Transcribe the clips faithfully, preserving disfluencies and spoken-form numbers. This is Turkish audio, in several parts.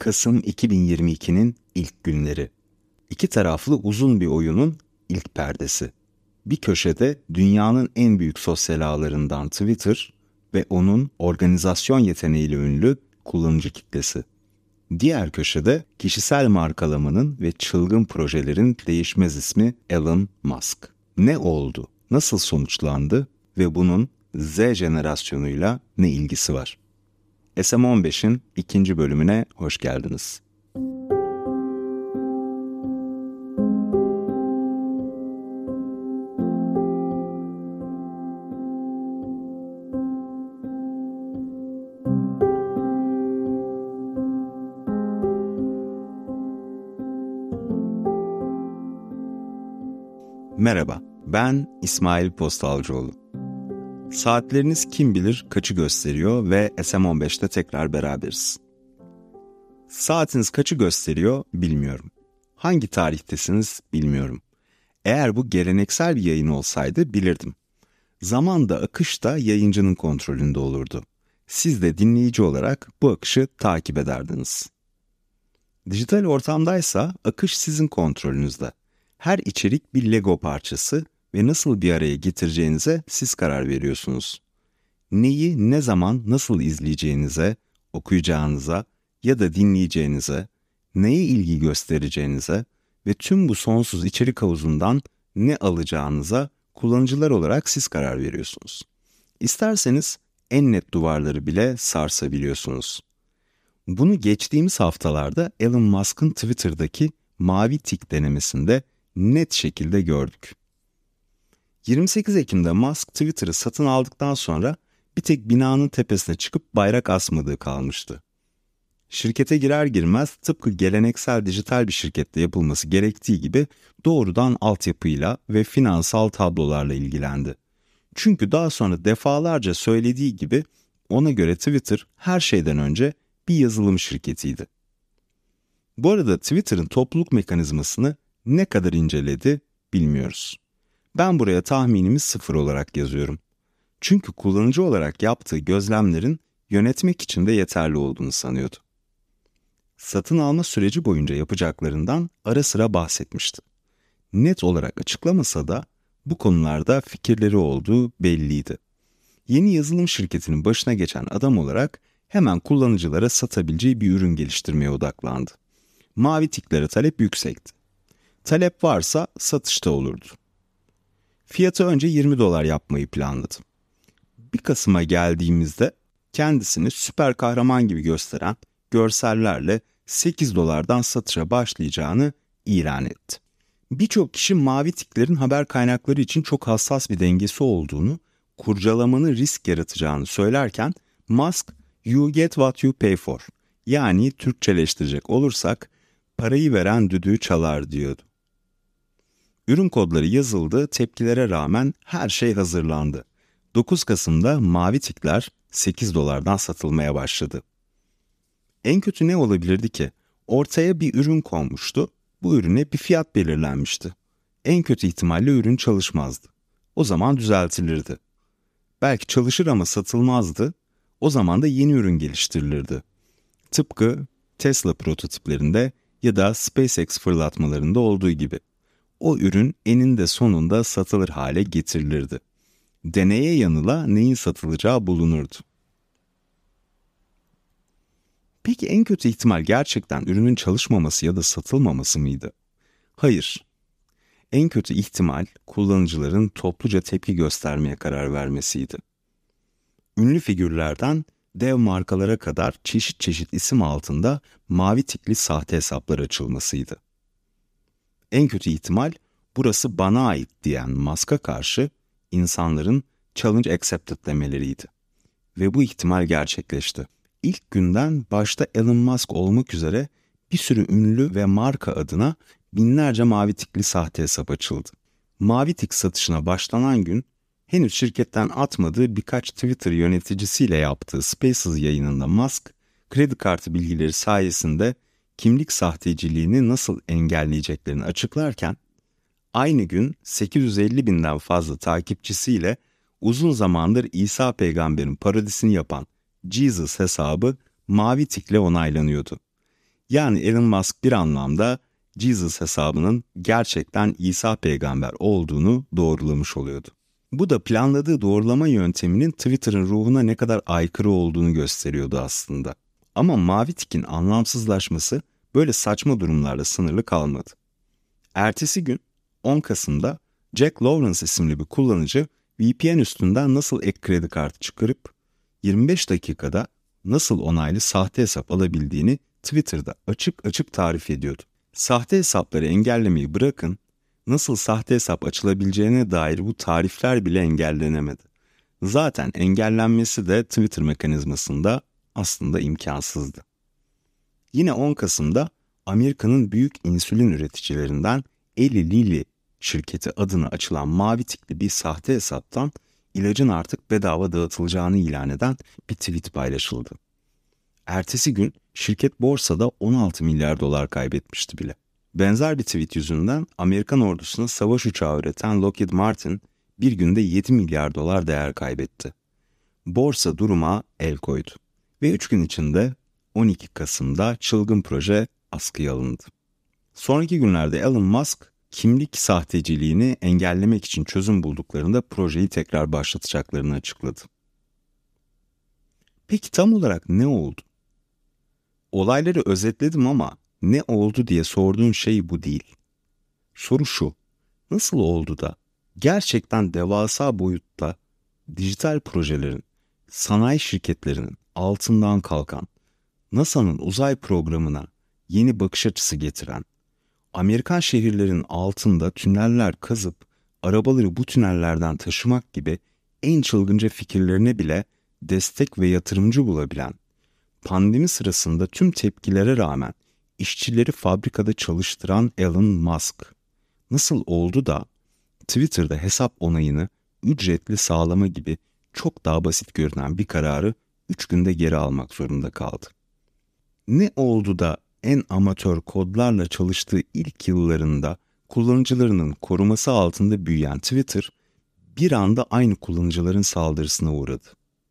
Kasım iki bin yirmi ikinin ilk günleri. İki taraflı uzun bir oyunun ilk perdesi. Bir köşede dünyanın en büyük sosyal ağlarından Twitter ve onun organizasyon yeteneğiyle ünlü kullanıcı kitlesi. Diğer köşede kişisel markalamanın ve çılgın projelerin değişmez ismi Elon Musk. Ne oldu, nasıl sonuçlandı ve bunun Z jenerasyonuyla ne ilgisi var? S M on beşin ikinci bölümüne hoş geldiniz. Merhaba, ben İsmail Postalcıoğlu. Saatleriniz kim bilir kaçı gösteriyor ve S M on beşte tekrar beraberiz. Saatiniz kaçı gösteriyor bilmiyorum. Hangi tarihtesiniz bilmiyorum. Eğer bu geleneksel bir yayın olsaydı bilirdim. Zaman da akış da yayıncının kontrolünde olurdu. Siz de dinleyici olarak bu akışı takip ederdiniz. Dijital ortamdaysa akış sizin kontrolünüzde. Her içerik bir Lego parçası ve nasıl bir araya getireceğinize siz karar veriyorsunuz. Neyi, ne zaman, nasıl izleyeceğinize, okuyacağınıza ya da dinleyeceğinize, neye ilgi göstereceğinize ve tüm bu sonsuz içerik havuzundan ne alacağınıza kullanıcılar olarak siz karar veriyorsunuz. İsterseniz en net duvarları bile sarsabiliyorsunuz. Bunu geçtiğimiz haftalarda Elon Musk'ın Twitter'daki mavi tik denemesinde net şekilde gördük. yirmi sekiz Ekim'de Musk Twitter'ı satın aldıktan sonra bir tek binanın tepesine çıkıp bayrak asmadığı kalmıştı. Şirkete girer girmez tıpkı geleneksel dijital bir şirkette yapılması gerektiği gibi doğrudan altyapıyla ve finansal tablolarla ilgilendi. Çünkü daha sonra defalarca söylediği gibi ona göre Twitter her şeyden önce bir yazılım şirketiydi. Bu arada Twitter'ın topluluk mekanizmasını ne kadar inceledi bilmiyoruz. Ben buraya tahminimi sıfır olarak yazıyorum. Çünkü kullanıcı olarak yaptığı gözlemlerin yönetmek için de yeterli olduğunu sanıyordu. Satın alma süreci boyunca yapacaklarından ara sıra bahsetmişti. Net olarak açıklamasa da bu konularda fikirleri olduğu belliydi. Yeni yazılım şirketinin başına geçen adam olarak hemen kullanıcılara satabileceği bir ürün geliştirmeye odaklandı. Mavi tiklere talep yüksekti. Talep varsa satışta olurdu. Fiyatı önce yirmi dolar yapmayı planladı. bir Kasım'a geldiğimizde kendisini süper kahraman gibi gösteren görsellerle sekiz dolardan satışa başlayacağını ilan etti. Birçok kişi mavi tiklerin haber kaynakları için çok hassas bir dengesi olduğunu, kurcalamanın risk yaratacağını söylerken Musk, "You get what you pay for." Yani Türkçeleştirecek olursak parayı veren düdüğü çalar diyordu. Ürün kodları yazıldı, tepkilere rağmen her şey hazırlandı. dokuz Kasım'da mavi tikler sekiz dolardan satılmaya başladı. En kötü ne olabilirdi ki? Ortaya bir ürün konmuştu, bu ürüne bir fiyat belirlenmişti. En kötü ihtimalle ürün çalışmazdı. O zaman düzeltilirdi. Belki çalışır ama satılmazdı, o zaman da yeni ürün geliştirilirdi. Tıpkı Tesla prototiplerinde ya da SpaceX fırlatmalarında olduğu gibi. O ürün eninde sonunda satılır hale getirilirdi. Deneye yanıla neyin satılacağı bulunurdu. Peki en kötü ihtimal gerçekten ürünün çalışmaması ya da satılmaması mıydı? Hayır. En kötü ihtimal kullanıcıların topluca tepki göstermeye karar vermesiydi. Ünlü figürlerden dev markalara kadar çeşit çeşit isim altında mavi tikli sahte hesaplar açılmasıydı. En kötü ihtimal burası bana ait diyen Musk'a karşı insanların challenge accepted demeleriydi. Ve bu ihtimal gerçekleşti. İlk günden başta Elon Musk olmak üzere bir sürü ünlü ve marka adına binlerce mavi tikli sahte hesap açıldı. Mavi tik satışına başlanan gün henüz şirketten atmadığı birkaç Twitter yöneticisiyle yaptığı Spaces yayınında Musk, kredi kartı bilgileri sayesinde kimlik sahteciliğini nasıl engelleyeceklerini açıklarken, aynı gün sekiz yüz elli binden fazla takipçisiyle uzun zamandır İsa Peygamber'in parodisini yapan Jesus hesabı mavi tikle onaylanıyordu. Yani Elon Musk bir anlamda Jesus hesabının gerçekten İsa peygamber olduğunu doğrulamış oluyordu. Bu da planladığı doğrulama yönteminin Twitter'ın ruhuna ne kadar aykırı olduğunu gösteriyordu aslında. Ama mavi tikin anlamsızlaşması böyle saçma durumlarla sınırlı kalmadı. Ertesi gün on Kasım'da Jack Lawrence isimli bir kullanıcı V P N üstünden nasıl ek kredi kartı çıkarıp yirmi beş dakikada nasıl onaylı sahte hesap alabildiğini Twitter'da açık açık tarif ediyordu. Sahte hesapları engellemeyi bırakın, nasıl sahte hesap açılabileceğine dair bu tarifler bile engellenemedi. Zaten engellenmesi de Twitter mekanizmasında aslında imkansızdı. Yine on Kasım'da Amerika'nın büyük insülin üreticilerinden Eli Lilly şirketi adına açılan mavi tikli bir sahte hesaptan ilacın artık bedava dağıtılacağını ilan eden bir tweet paylaşıldı. Ertesi gün şirket borsada on altı milyar dolar kaybetmişti bile. Benzer bir tweet yüzünden Amerikan ordusuna savaş uçağı üreten Lockheed Martin bir günde yedi milyar dolar değer kaybetti. Borsa duruma el koydu ve üç gün içinde on iki Kasım'da çılgın proje askıya alındı. Sonraki günlerde Elon Musk kimlik sahteciliğini engellemek için çözüm bulduklarında projeyi tekrar başlatacaklarını açıkladı. Peki tam olarak ne oldu? Olayları özetledim ama ne oldu diye sorduğun şey bu değil. Soru şu: nasıl oldu da gerçekten devasa boyutta dijital projelerin, sanayi şirketlerinin altından kalkan, NASA'nın uzay programına yeni bakış açısı getiren, Amerikan şehirlerin altında tüneller kazıp arabaları bu tünellerden taşımak gibi en çılgınca fikirlerine bile destek ve yatırımcı bulabilen, pandemi sırasında tüm tepkilere rağmen işçileri fabrikada çalıştıran Elon Musk nasıl oldu da Twitter'da hesap onayını ücretli sağlama gibi çok daha basit görünen bir kararı üç günde geri almak zorunda kaldı? Ne oldu da en amatör kodlarla çalıştığı ilk yıllarında kullanıcılarının koruması altında büyüyen Twitter bir anda aynı kullanıcıların saldırısına uğradı?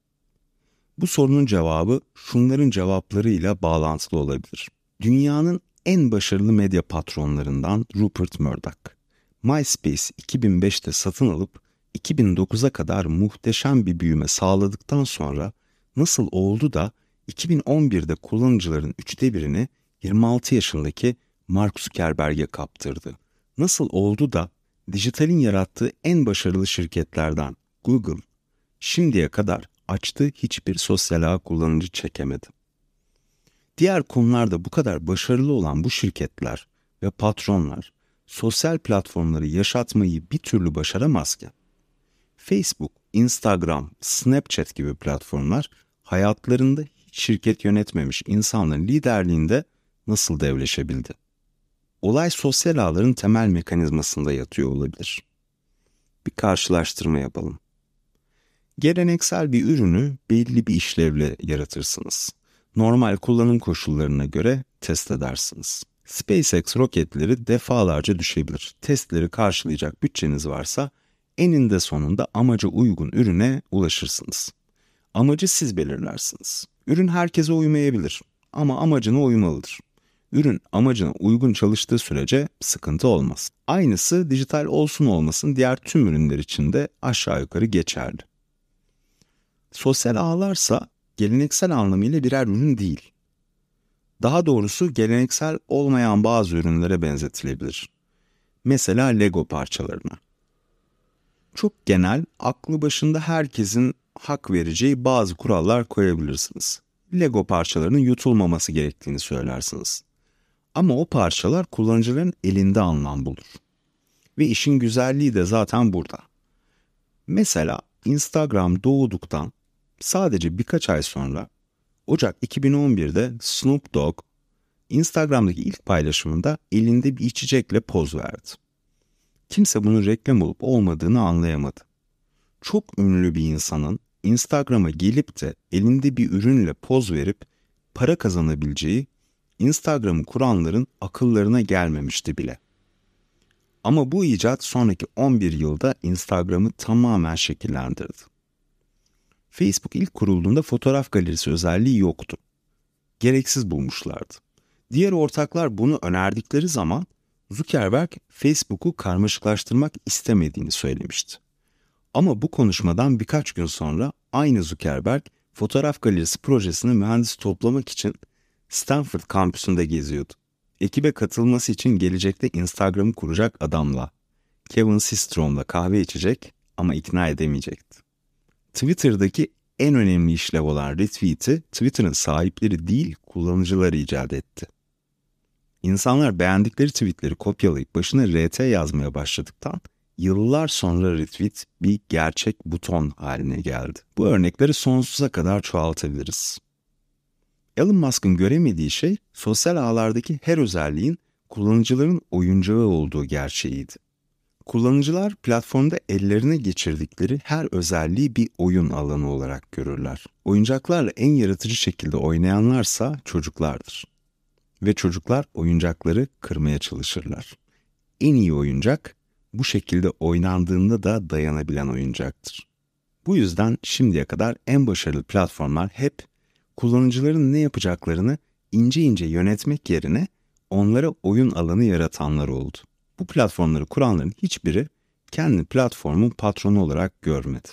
Bu sorunun cevabı şunların cevaplarıyla bağlantılı olabilir. Dünyanın en başarılı medya patronlarından Rupert Murdoch, MySpace iki bin beşte satın alıp iki bin dokuza kadar muhteşem bir büyüme sağladıktan sonra nasıl oldu da iki bin on birde kullanıcıların üçte birini yirmi altı yaşındaki Mark Zuckerberg'e kaptırdı? Nasıl oldu da dijitalin yarattığı en başarılı şirketlerden Google şimdiye kadar açtığı hiçbir sosyal ağ kullanıcı çekemedi? Diğer konularda bu kadar başarılı olan bu şirketler ve patronlar sosyal platformları yaşatmayı bir türlü başaramazken, Facebook, Instagram, Snapchat gibi platformlar hayatlarında hiç şirket yönetmemiş insanların liderliğinde nasıl devleşebildi? Olay sosyal ağların temel mekanizmasında yatıyor olabilir. Bir karşılaştırma yapalım. Geleneksel bir ürünü belli bir işlevle yaratırsınız. Normal kullanım koşullarına göre test edersiniz. SpaceX roketleri defalarca düşebilir. Testleri karşılayacak bütçeniz varsa eninde sonunda amaca uygun ürüne ulaşırsınız. Amacı siz belirlersiniz. Ürün herkese uymayabilir ama amacına uymalıdır. Ürün amacına uygun çalıştığı sürece sıkıntı olmaz. Aynısı dijital olsun olmasın diğer tüm ürünler için de aşağı yukarı geçerli. Sosyal ağlarsa geleneksel anlamıyla birer ürün değil. Daha doğrusu geleneksel olmayan bazı ürünlere benzetilebilir. Mesela Lego parçalarına. Çok genel, aklı başında herkesin hak vereceği bazı kurallar koyabilirsiniz. Lego parçalarının yutulmaması gerektiğini söylersiniz. Ama o parçalar kullanıcıların elinde anlam bulur. Ve işin güzelliği de zaten burada. Mesela Instagram doğduktan sadece birkaç ay sonra Ocak iki bin on birde Snoop Dogg Instagram'daki ilk paylaşımında elinde bir içecekle poz verdi. Kimse bunun reklam olup olmadığını anlayamadı. Çok ünlü bir insanın Instagram'a gelip de elinde bir ürünle poz verip para kazanabileceği Instagram'ı kuranların akıllarına gelmemişti bile. Ama bu icat sonraki on bir yılda Instagram'ı tamamen şekillendirdi. Facebook ilk kurulduğunda fotoğraf galerisi özelliği yoktu. Gereksiz bulmuşlardı. Diğer ortaklar bunu önerdikleri zaman Zuckerberg Facebook'u karmaşıklaştırmak istemediğini söylemişti. Ama bu konuşmadan birkaç gün sonra aynı Zuckerberg fotoğraf galerisi projesini mühendis toplamak için Stanford kampüsünde geziyordu. Ekibe katılması için gelecekte Instagram'ı kuracak adamla, Kevin Systrom'la kahve içecek ama ikna edemeyecekti. Twitter'daki en önemli işlev olan retweet'i Twitter'ın sahipleri değil kullanıcıları icat etti. İnsanlar beğendikleri tweetleri kopyalayıp başına R T yazmaya başladıktan yıllar sonra retweet bir gerçek buton haline geldi. Bu örnekleri sonsuza kadar çoğaltabiliriz. Elon Musk'ın göremediği şey sosyal ağlardaki her özelliğin kullanıcıların oyuncağı olduğu gerçeğiydi. Kullanıcılar platformda ellerine geçirdikleri her özelliği bir oyun alanı olarak görürler. Oyuncaklarla en yaratıcı şekilde oynayanlarsa çocuklardır. Ve çocuklar oyuncakları kırmaya çalışırlar. En iyi oyuncak bu şekilde oynandığında da dayanabilen oyuncaktır. Bu yüzden şimdiye kadar en başarılı platformlar hep kullanıcıların ne yapacaklarını ince ince yönetmek yerine onlara oyun alanı yaratanlar oldu. Bu platformları kuranların hiçbiri kendi platformun patronu olarak görmedi.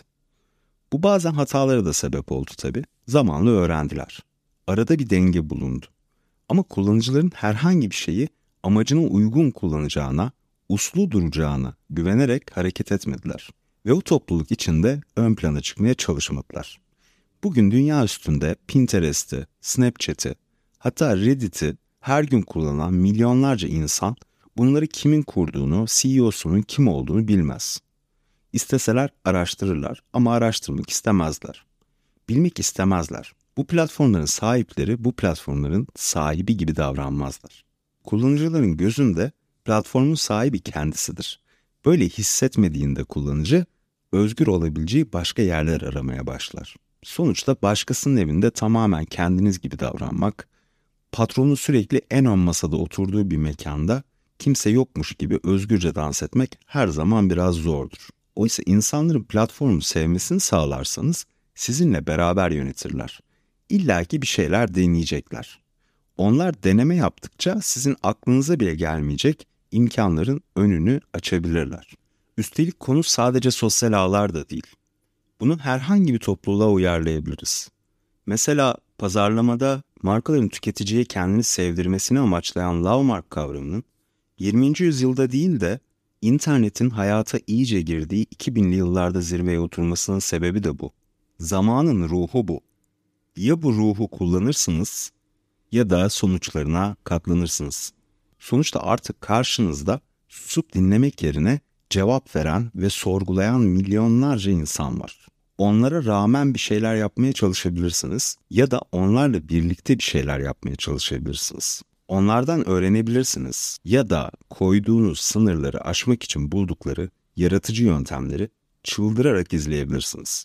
Bu bazen hatalara da sebep oldu tabii. Zamanla öğrendiler. Arada bir denge bulundu. Ama kullanıcıların herhangi bir şeyi amacına uygun kullanacağına, uslu duracağına güvenerek hareket etmediler. Ve o topluluk içinde ön plana çıkmaya çalışmadılar. Bugün dünya üstünde Pinterest'i, Snapchat'i, hatta Reddit'i her gün kullanan milyonlarca insan bunları kimin kurduğunu, C E O'sunun kim olduğunu bilmez. İsteseler araştırırlar ama araştırmak istemezler. Bilmek istemezler. Bu platformların sahipleri bu platformların sahibi gibi davranmazlar. Kullanıcıların gözünde platformun sahibi kendisidir. Böyle hissetmediğinde kullanıcı özgür olabileceği başka yerler aramaya başlar. Sonuçta başkasının evinde tamamen kendiniz gibi davranmak, patronu sürekli en ön masada oturduğu bir mekanda kimse yokmuş gibi özgürce dans etmek her zaman biraz zordur. Oysa insanların platformu sevmesini sağlarsanız sizinle beraber yönetirler. İlla ki bir şeyler deneyecekler. Onlar deneme yaptıkça sizin aklınıza bile gelmeyecek imkanların önünü açabilirler. Üstelik konu sadece sosyal ağlarda değil. Bunu herhangi bir topluluğa uyarlayabiliriz. Mesela pazarlamada markaların tüketiciye kendini sevdirmesini amaçlayan love mark kavramının yirminci yüzyılda değil de internetin hayata iyice girdiği iki binli yıllarda zirveye oturmasının sebebi de bu. Zamanın ruhu bu. Ya bu ruhu kullanırsınız ya da sonuçlarına katlanırsınız. Sonuçta artık karşınızda susup dinlemek yerine cevap veren ve sorgulayan milyonlarca insan var. Onlara rağmen bir şeyler yapmaya çalışabilirsiniz ya da onlarla birlikte bir şeyler yapmaya çalışabilirsiniz. Onlardan öğrenebilirsiniz ya da koyduğunuz sınırları aşmak için buldukları yaratıcı yöntemleri çıldırarak izleyebilirsiniz.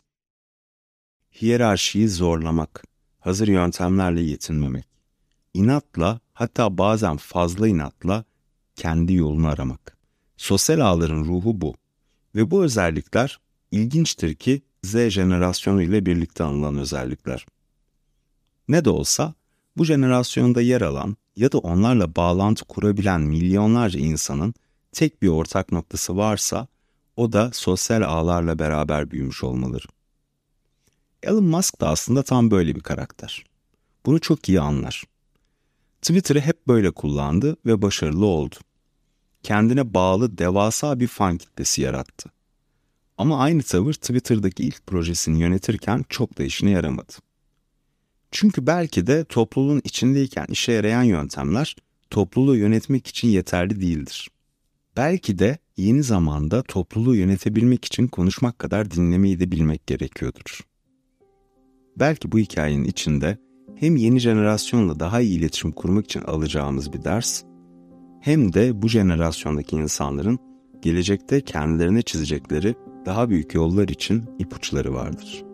Hiyerarşiyi zorlamak, hazır yöntemlerle yetinmemek, inatla hatta bazen fazla inatla kendi yolunu aramak. Sosyal ağların ruhu bu ve bu özellikler ilginçtir ki Z jenerasyonu ile birlikte anılan özellikler. Ne de olsa bu jenerasyonda yer alan ya da onlarla bağlantı kurabilen milyonlarca insanın tek bir ortak noktası varsa o da sosyal ağlarla beraber büyümüş olmaları. Elon Musk da aslında tam böyle bir karakter. Bunu çok iyi anlar. Twitter'ı hep böyle kullandı ve başarılı oldu. Kendine bağlı devasa bir fan kitlesi yarattı. Ama aynı tavır Twitter'daki ilk projesini yönetirken çok da işine yaramadı. Çünkü belki de topluluğun içindeyken işe yarayan yöntemler topluluğu yönetmek için yeterli değildir. Belki de yeni zamanda topluluğu yönetebilmek için konuşmak kadar dinlemeyi de bilmek gerekiyordur. Belki bu hikayenin içinde hem yeni jenerasyonla daha iyi iletişim kurmak için alacağımız bir ders, hem de bu jenerasyondaki insanların gelecekte kendilerine çizecekleri daha büyük yollar için ipuçları vardır.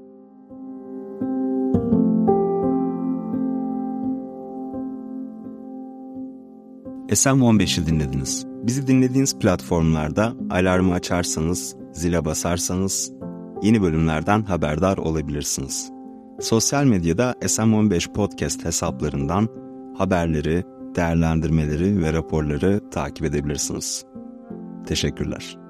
S M on beşi dinlediniz. Bizi dinlediğiniz platformlarda alarmı açarsanız, zile basarsanız yeni bölümlerden haberdar olabilirsiniz. Sosyal medyada S M on beş Podcast hesaplarından haberleri, değerlendirmeleri ve raporları takip edebilirsiniz. Teşekkürler.